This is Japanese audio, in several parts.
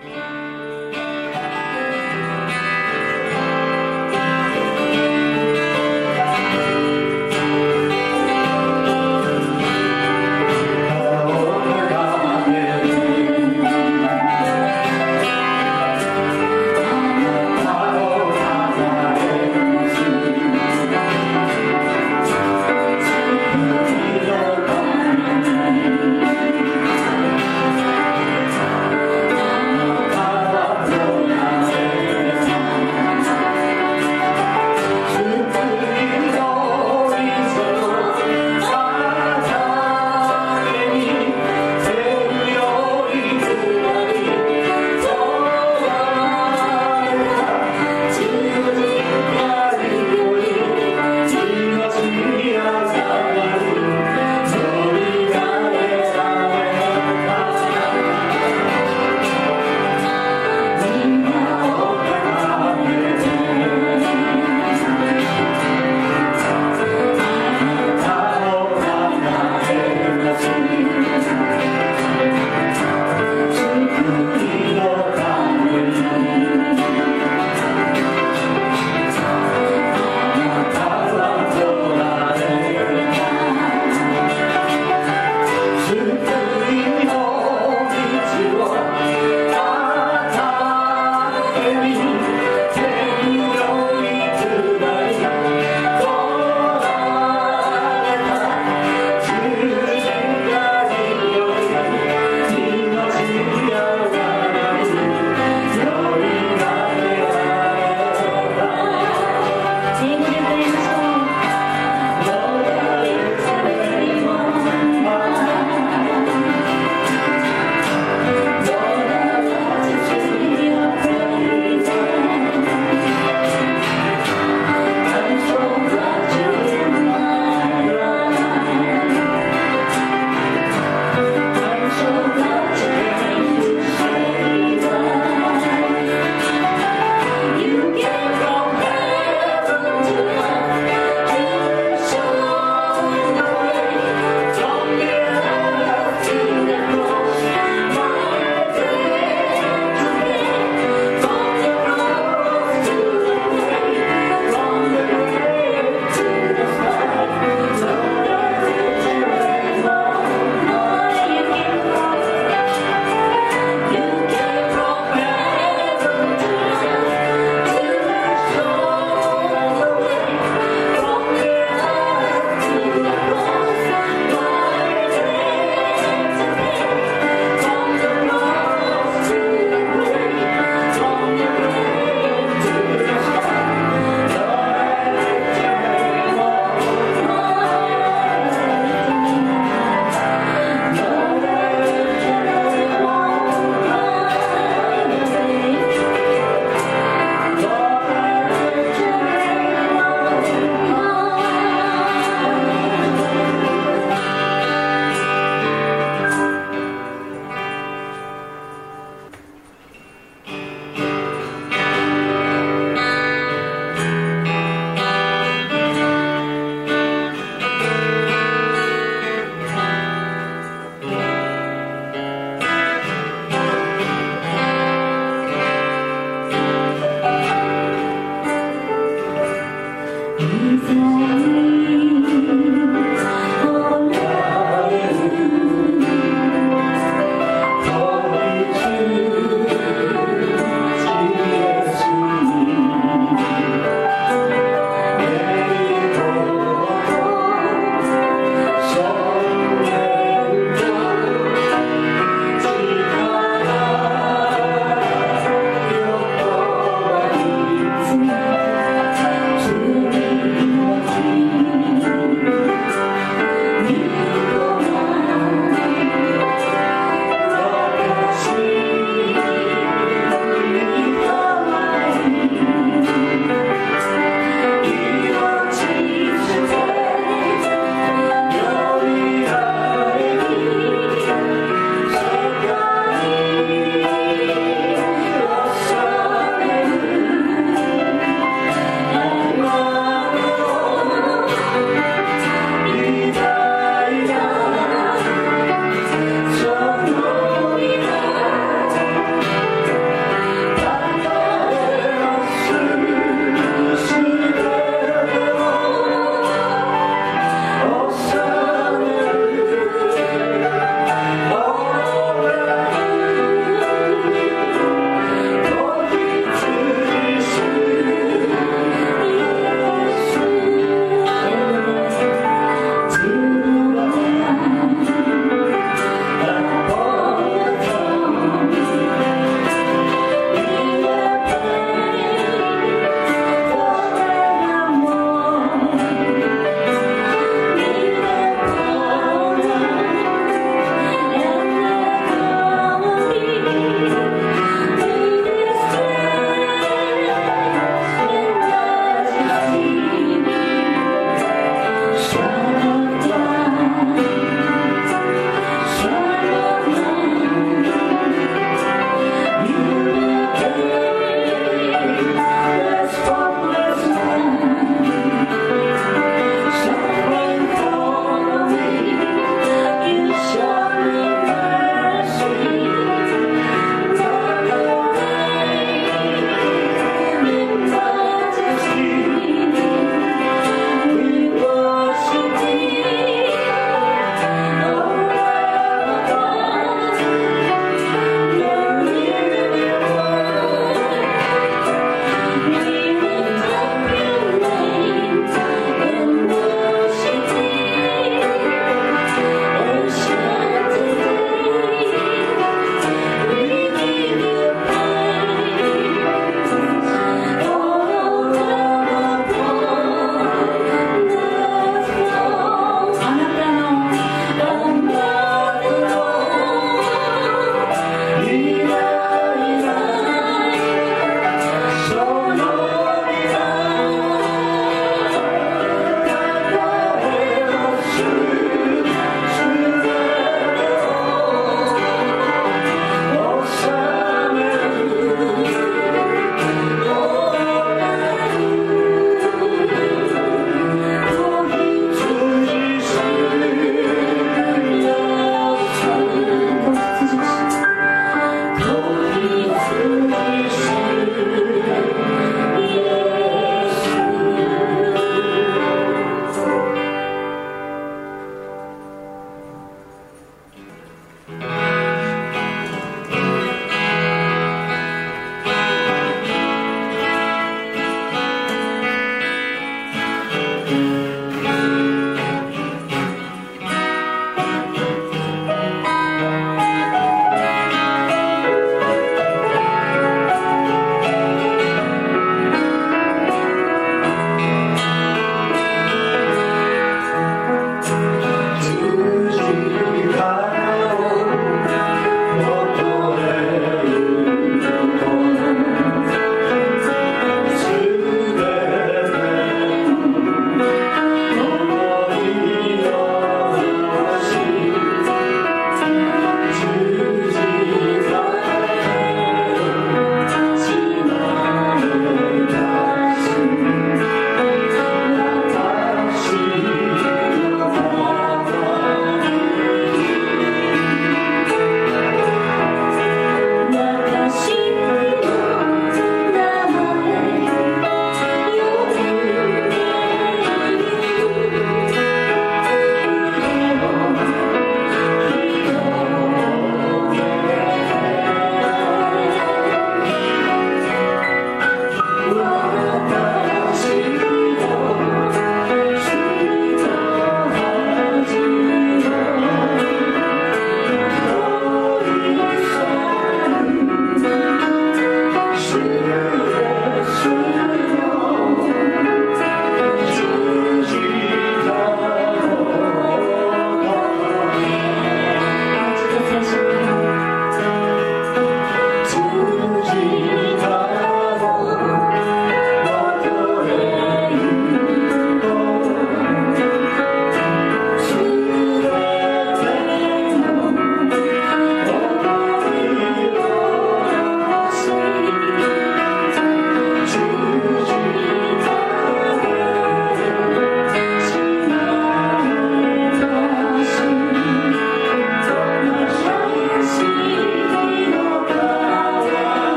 「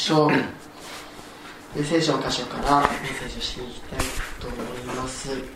しょう。聖書の箇所からメッセージをしていきたいと思います。では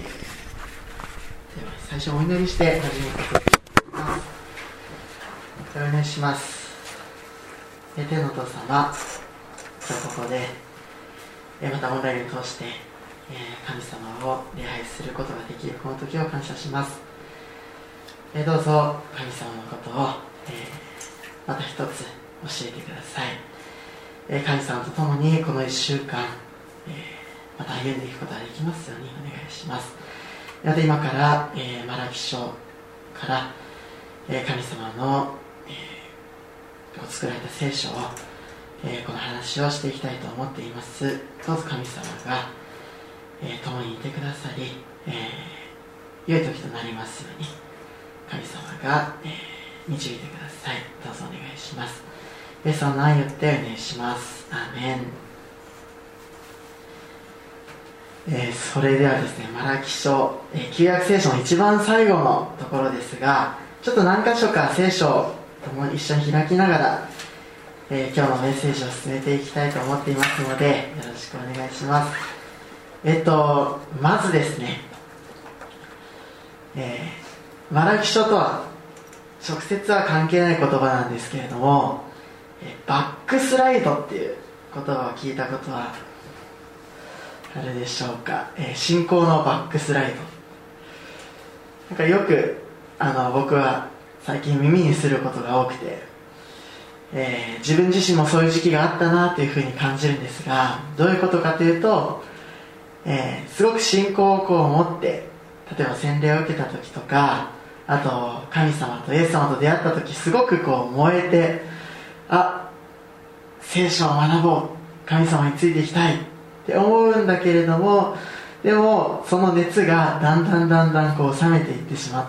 最初お祈りして始めさせていただきます。お願いします。天のお父様、今日ここでまたオンラインを通して神様を礼拝することができるこの時を感謝します。どうぞ神様のことをまた一つ教えてください。神様と共にこの1週間また歩んでいくことができますようにお願いします。また今からマラキ書から神様の作られた聖書をこの話をしていきたいと思っています。どうぞ神様が共にいてくださり良い時となりますように神様が導いてください。どうぞお願いします。イエス様の名によってお願いします。アーメン。それではですね、マラキ書、旧約聖書の一番最後のところですが、ちょっと何箇所か聖書を一緒に開きながら、今日のメッセージを進めていきたいと思っていますので、よろしくお願いします。まずですね、マラキ書とは直接は関係ない言葉なんですけれども、バックスライドっていう言葉を聞いたことはあるでしょうか。信仰のバックスライド、なんかよく僕は最近耳にすることが多くて、自分自身もそういう時期があったなというふうに感じるんですが、どういうことかというと、すごく信仰を持って例えば洗礼を受けた時とか、あと神様とイエス様と出会った時、すごく燃えて、聖書を学ぼう、神様についていきたいって思うんだけれども、でもその熱がだんだん冷めていってしまって、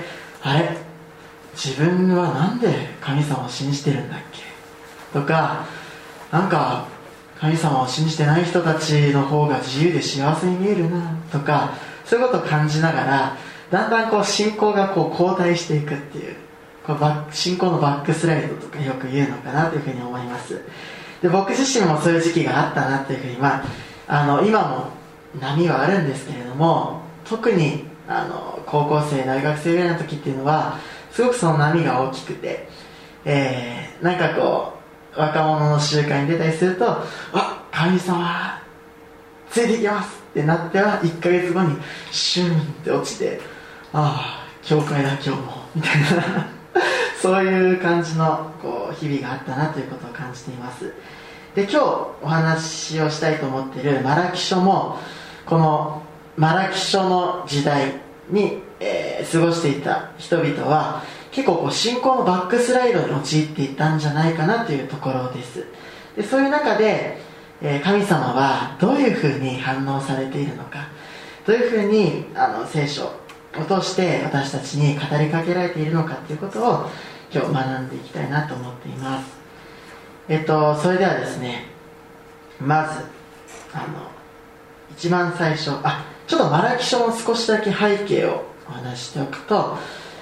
あれ、自分はなんで神様を信じてるんだっけとか、なんか神様を信じてない人たちの方が自由で幸せに見えるなとか、そういうことを感じながらだんだん信仰が後退していくっていう、信仰のバックスライドとかよく言うのかなというふうに思います。で、僕自身もそういう時期があったなというふうに、今も波はあるんですけれども、特に高校生大学生ぐらいの時っていうのはすごくその波が大きくて、なんか若者の集会に出たりすると、神様ついていきますってなっては1ヶ月後にシュンって落ちて、教会だ今日もみたいなそういう感じの日々があったなということを感じています。で、今日お話をしたいと思っているマラキ書も、このマラキ書の時代に、過ごしていた人々は結構信仰のバックスライドに陥っていったんじゃないかなというところです。で、そういう中で、神様はどういうふうに反応されているのか、どういうふうに聖書を通して私たちに語りかけられているのかということを今日学んでいきたいなと思っています。それではですね、まず一番最初、ちょっとマラキ書の少しだけ背景をお話ししておくと、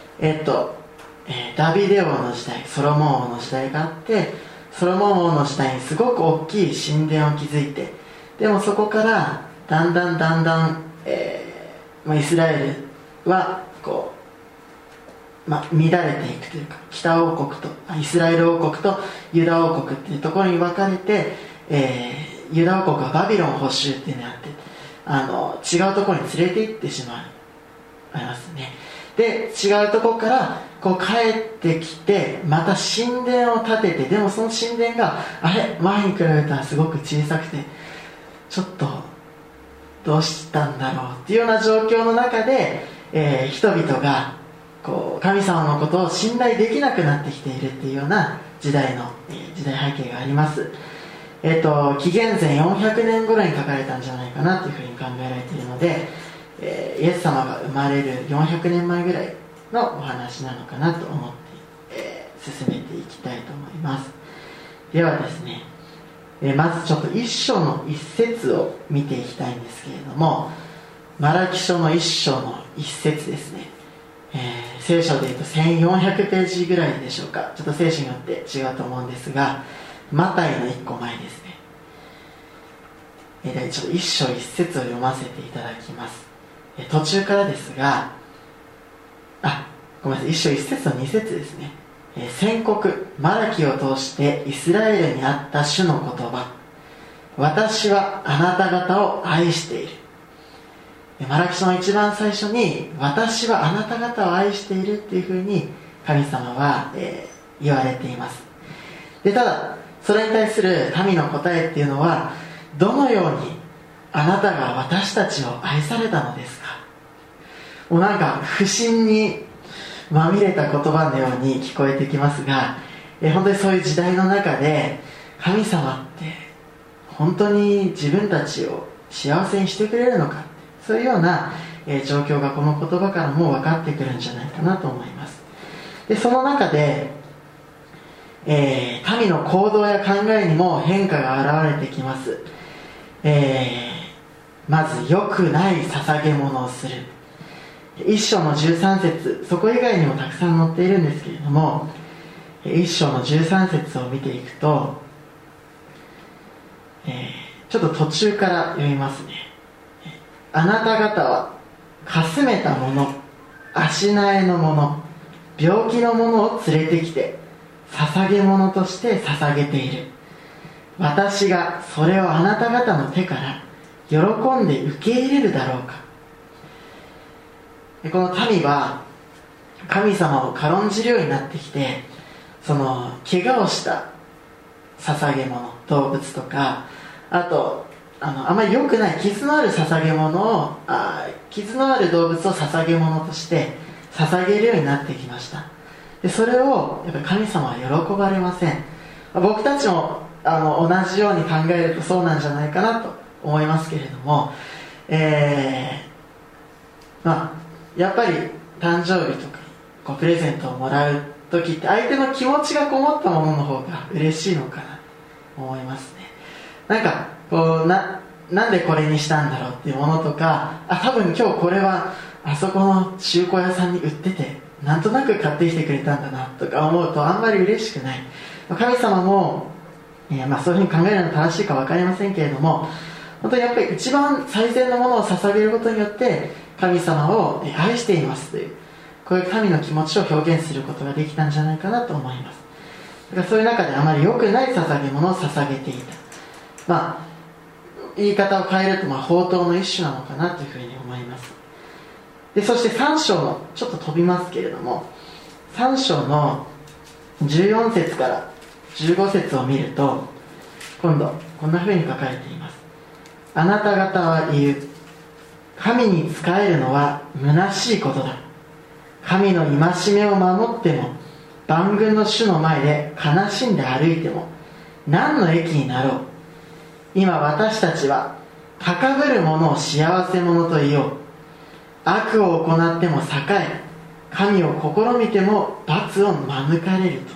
ダビデ王の時代、ソロモン王の時代があって、ソロモン王の時代にすごく大きい神殿を築いて、でもそこからだんだん、イスラエルは乱れていくというか、北王国とイスラエル王国とユダ王国っていうところに分かれて、ユダ王国はバビロン捕囚っていうのがあって、違うところに連れて行ってしまいますね。で、違うところから帰ってきて、また神殿を建てて、でもその神殿が前に比べたらすごく小さくて、ちょっとどうしたんだろうっていうような状況の中で、人々が神様のことを信頼できなくなってきているっていうような時代背景があります。紀元前400年頃に書かれたんじゃないかなというふうに考えられているので、イエス様が生まれる400年前ぐらいのお話なのかなと思って、進めていきたいと思います。ではですね、まずちょっと一章の一節を見ていきたいんですけれども、マラキ書の一章の一節ですね。聖書でいうと1400ページぐらいでしょうか。ちょっと聖書によって違うと思うんですが、 マタイの1個前ですね。でちょっと一章一節を読ませていただきます。途中からですが、ごめんなさい、一章一節と二節ですね。宣告マラキを通してイスラエルにあった主の言葉、私はあなた方を愛している。マラキ書の一番最初に私はあなた方を愛しているっていうふうに神様は、言われています。でただそれに対する民の答えっていうのは、どのようにあなたが私たちを愛されたのですか。もうなんか不信にまみれた言葉のように聞こえてきますが、本当にそういう時代の中で神様って本当に自分たちを幸せにしてくれるのか、そういうような、状況がこの言葉からも分かってくるんじゃないかなと思います。でその中で、民の行動や考えにも変化が現れてきます。まず良くない捧げ物をする。一章の13節、そこ以外にもたくさん載っているんですけれども、一章の13節を見ていくと、ちょっと途中から読みますね。あなた方はかすめたもの、足苗のもの、病気のものを連れてきて捧げ物として捧げている。私がそれをあなた方の手から喜んで受け入れるだろうか。この民は神様を軽んじるようになってきて、その怪我をした捧げ物、動物とか、あとあまり良くない傷のある捧げ物を傷のある動物を捧げ物として捧げるようになってきました。でそれをやっぱり神様は喜ばれません。僕たちも同じように考えるとそうなんじゃないかなと思いますけれども、やっぱり誕生日とかプレゼントをもらう時って相手の気持ちがこもったものの方が嬉しいのかなと思いますね。なんかなんでこれにしたんだろうっていうものとか、多分今日これはあそこの中古屋さんに売っててなんとなく買ってきてくれたんだなとか思うとあんまり嬉しくない。神様も、そういうふうに考えるのが正しいか分かりませんけれども、本当にやっぱり一番最善のものを捧げることによって神様を愛していますという、こういう神の気持ちを表現することができたんじゃないかなと思います。だからそういう中であまり良くない捧げ物を捧げていた、言い方を変えると放蕩の一種なのかなというふうに思います。でそして3章のちょっと飛びますけれども、3章の14節から15節を見ると、今度こんなふうに書かれています。あなた方は言う、神に仕えるのは虚しいことだ。神の戒めを守っても万軍の主の前で悲しんで歩いても何の益になろう。今私たちは高ぶる者を幸せ者と言おう。悪を行っても栄え、神を試みても罰を免れると。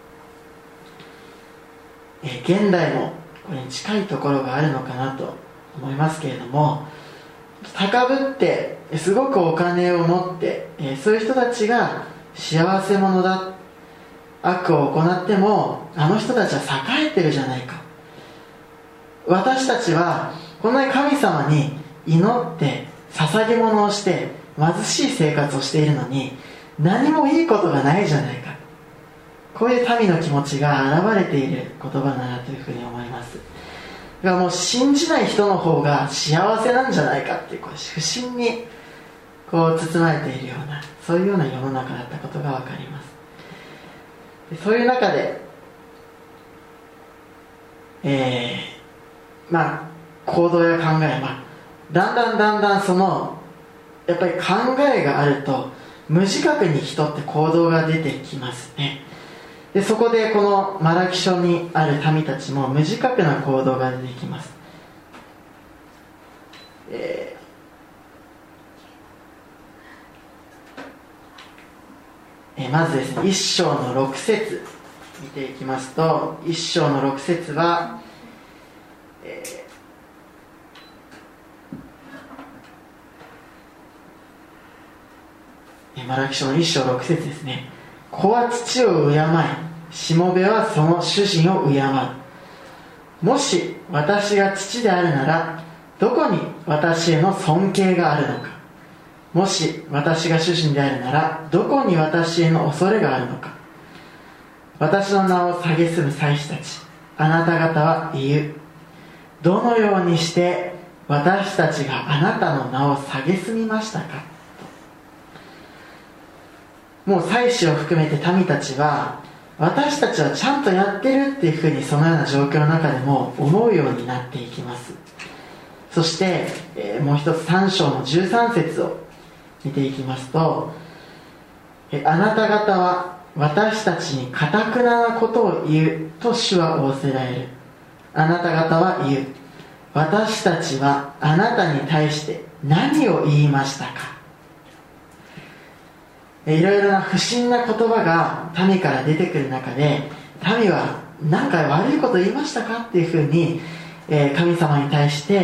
現代もこれに近いところがあるのかなと思いますけれども、高ぶってすごくお金を持って、そういう人たちが幸せ者だ、悪を行ってもあの人たちは栄えてるじゃないか。私たちはこんなに神様に祈って捧げ物をして貧しい生活をしているのに何もいいことがないじゃないか。こういう民の気持ちが現れている言葉だなというふうに思います。だからもう信じない人の方が幸せなんじゃないかっていう、不信に包まれているような、そういうような世の中だったことが分かります。でそういう中で、行動や考え、だんだんそのやっぱり考えがあると無自覚に人って行動が出てきますね。でそこでこのマラキ書にある民たちも無自覚な行動が出てきます。まずですね、1章の6節見ていきますと、1章の6節は、マラキ書の1章6節ですね。子は父を敬い、しもべはその主人を敬う。 もし私が父であるならどこに私への尊敬があるのか、もし私が主人であるならどこに私への恐れがあるのか。私の名を蔑む祭司たち、あなた方は言う。どのようにして私たちがあなたの名を蔑みましたか。もう祭司を含めて民たちは、私たちはちゃんとやってるっていうふうにそのような状況の中でも思うようになっていきます。そして、もう一つ3章の13節を見ていきますと、あなた方は私たちに堅くななことを言うと主は仰せられる。あなた方は言う。私たちはあなたに対して何を言いましたか。いろいろな不審な言葉が民から出てくる中で、民は何か悪いこと言いましたかっていうふうに、神様に対して、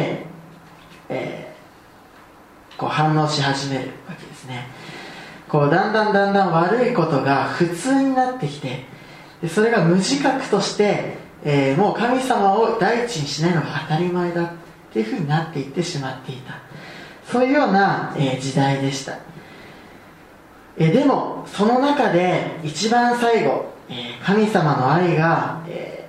こう反応し始めるわけですね。こうだんだん悪いことが普通になってきて、でそれが無自覚として、もう神様を第一にしないのが当たり前だっていうふうになっていってしまっていた、そういうような、時代でした。でもその中で一番最後、神様の愛が、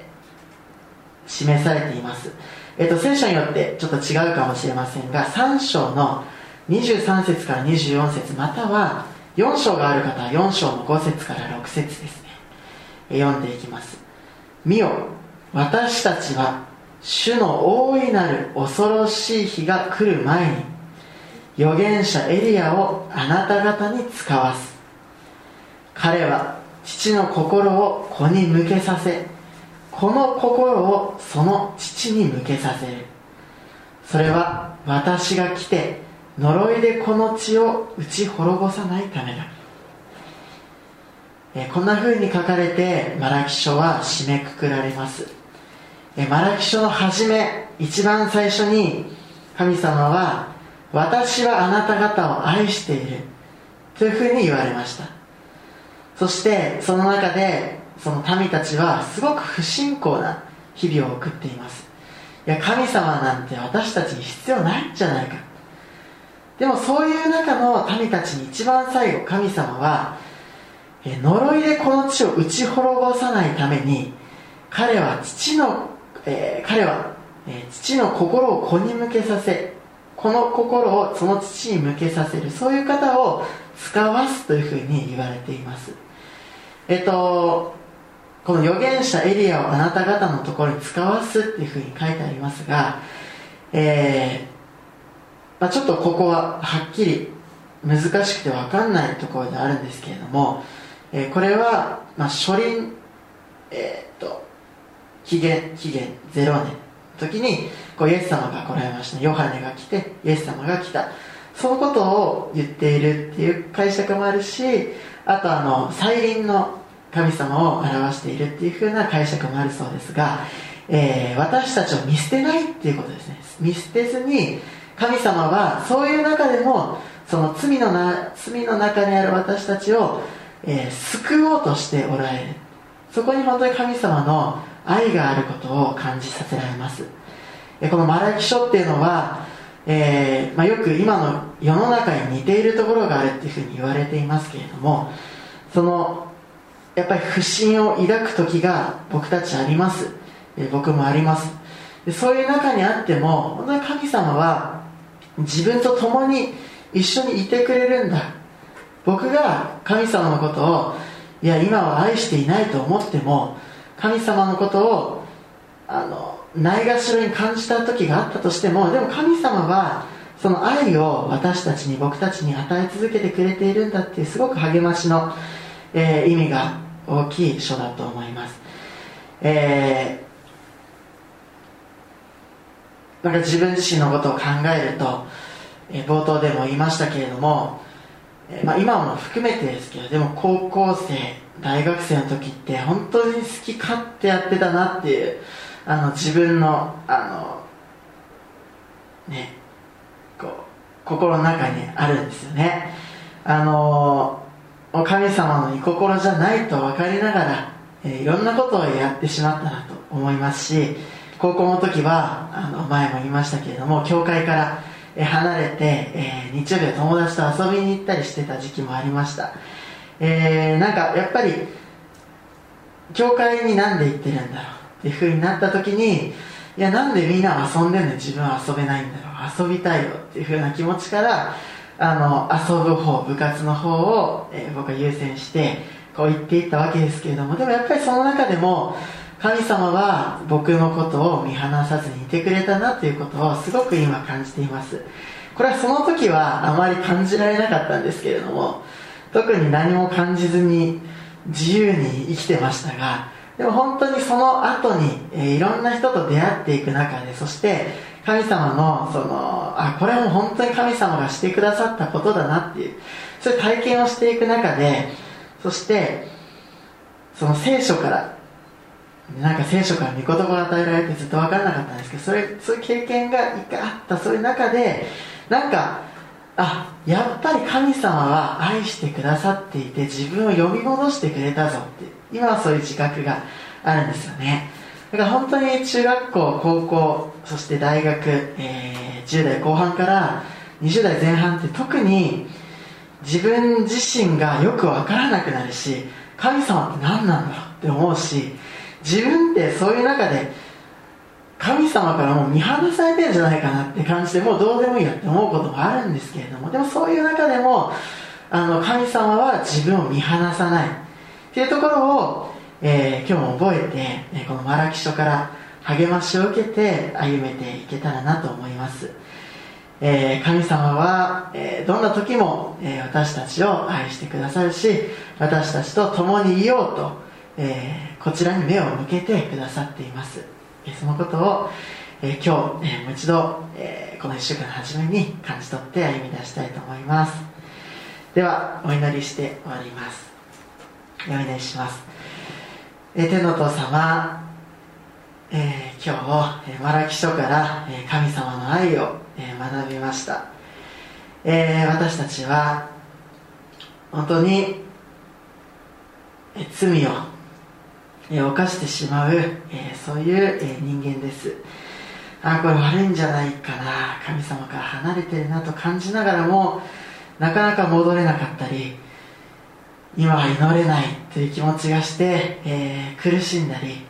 示されています。聖書によってちょっと違うかもしれませんが、3章の23節から24節、または4章がある方は4章の5節から6節ですね、読んでいきます。見よ、私たちは主の大いなる恐ろしい日が来る前に預言者エリアをあなた方に使わす。彼は父の心を子に向けさせ、この心をその父に向けさせる。それは私が来て呪いでこの地を打ち滅ぼさないためだ。こんな風に書かれてマラキ書は締めくくられます。マラキ書の初め、一番最初に神様は、私はあなた方を愛しているというふうに言われました。そしてその中でその民たちはすごく不信仰な日々を送っています。いや、神様なんて私たちに必要ないんじゃないか。でもそういう中の民たちに一番最後、神様は呪いでこの地を打ち滅ぼさないために、彼は父の心を子に向けさせ、この心をその父に向けさせる、そういう方を使わすというふうに言われています。この預言者エリアをあなた方のところに使わすっていうふうに書いてありますが、ちょっとここははっきり難しくて分かんないところであるんですけれども、これは、初臨、紀元0年の時にイエス様が来られました。ヨハネが来てイエス様が来た、そのことを言っているっていう解釈もあるし、あと再臨の神様を表しているっていう風な解釈もあるそうですが、私たちを見捨てないっていうことですね。見捨てずに、神様はそういう中でもその罪の中にある私たちを、救おうとしておられる。そこに本当に神様の愛があることを感じさせられます。このマラキ書っていうのは、よく今の世の中に似ているところがあるっていうふうに言われていますけれども、やっぱり不信を抱く時が僕たちあります。僕もあります。そういう中にあっても、本当に神様は自分と共に一緒にいてくれるんだ。僕が神様のことを今は愛していないと思っても、神様のことをないがしろに感じた時があったとしても、でも神様はその愛を私たちに、僕たちに与え続けてくれているんだっていう、すごく励ましの、意味が大きい書だと思います。なんか自分自身のことを考えると、冒頭でも言いましたけれども、今も含めてですけど、でも高校生、大学生の時って本当に好き勝手やってたなっていう、自分の心の中にあるんですよね。神様の御心じゃないと分かりながら、いろんなことをやってしまったなと思いますし、 高校の時は前も言いましたけれども、教会から離れて、日曜日は友達と遊びに行ったりしてた時期もありました。なんかやっぱり教会になんで行ってるんだろうっていう風になった時に、いや、なんでみんなは遊んでんのに自分は遊べないんだろう、遊びたいよっていう風な気持ちから遊ぶ方、部活の方を、僕は優先してこう言っていったわけですけれども、でもやっぱりその中でも神様は僕のことを見放さずにいてくれたなということをすごく今感じています。これはその時はあまり感じられなかったんですけれども、特に何も感じずに自由に生きてましたが、でも本当にその後に、いろんな人と出会っていく中で、そして神様のこれはもう本当に神様がしてくださったことだなっていう、そういう体験をしていく中で、そしてその聖書から御言葉が与えられてずっと分からなかったんですけど、そういう経験があった。そういう中でやっぱり神様は愛してくださっていて、自分を呼び戻してくれたぞって今はそういう自覚があるんですよね。だから本当に中学校、高校、そして大学、10代後半から20代前半って特に自分自身がよく分からなくなるし、神様って何なんだろうって思うし、自分ってそういう中で神様からもう見放されてるんじゃないかなって感じで、もうどうでもいいやって思うこともあるんですけれども、でもそういう中でも神様は自分を見放さないっていうところを、今日も覚えて、このマラキ書から励ましを受けて歩めていけたらなと思います。神様は、どんな時も、私たちを愛してくださるし、私たちと共にいようと、こちらに目を向けてくださっています。そのことを、今日、もう一度、この1週間の初めに感じ取って歩み出したいと思います。ではお祈りして終わります。お祈りします。天のお父様、今日マラキ書から神様の愛を学びました。私たちは本当に罪を犯してしまうそういう人間です。これ悪いんじゃないかな、神様から離れてるなと感じながらもなかなか戻れなかったり、今は祈れないという気持ちがして、苦しんだり、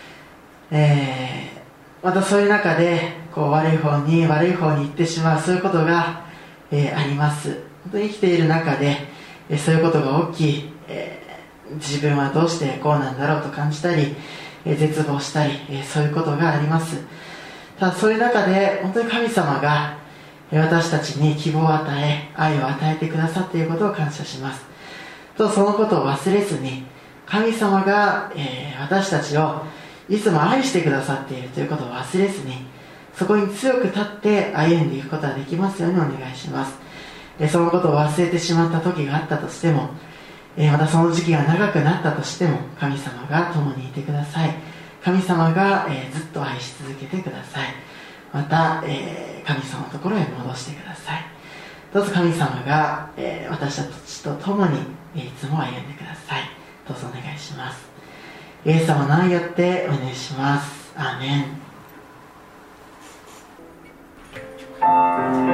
またそういう中で悪い方に行ってしまう、そういうことが、あります。本当に生きている中で、そういうことが起き、自分はどうしてこうなんだろうと感じたり、絶望したり、そういうことがあります。ただそういう中で本当に神様が私たちに希望を与え、愛を与えてくださっていることを感謝します。とそのことを忘れずに、神様が、私たちをいつも愛してくださっているということを忘れずに、そこに強く立って歩んでいくことができますようにお願いします。そのことを忘れてしまった時があったとしても、またその時期が長くなったとしても、神様が共にいてください。神様が、ずっと愛し続けてください。また、神様のところへ戻してください。どうぞ神様が、私たちと共にいつも歩んでください。どうぞお願いします。イエス様の愛によってお願いします。アーメン。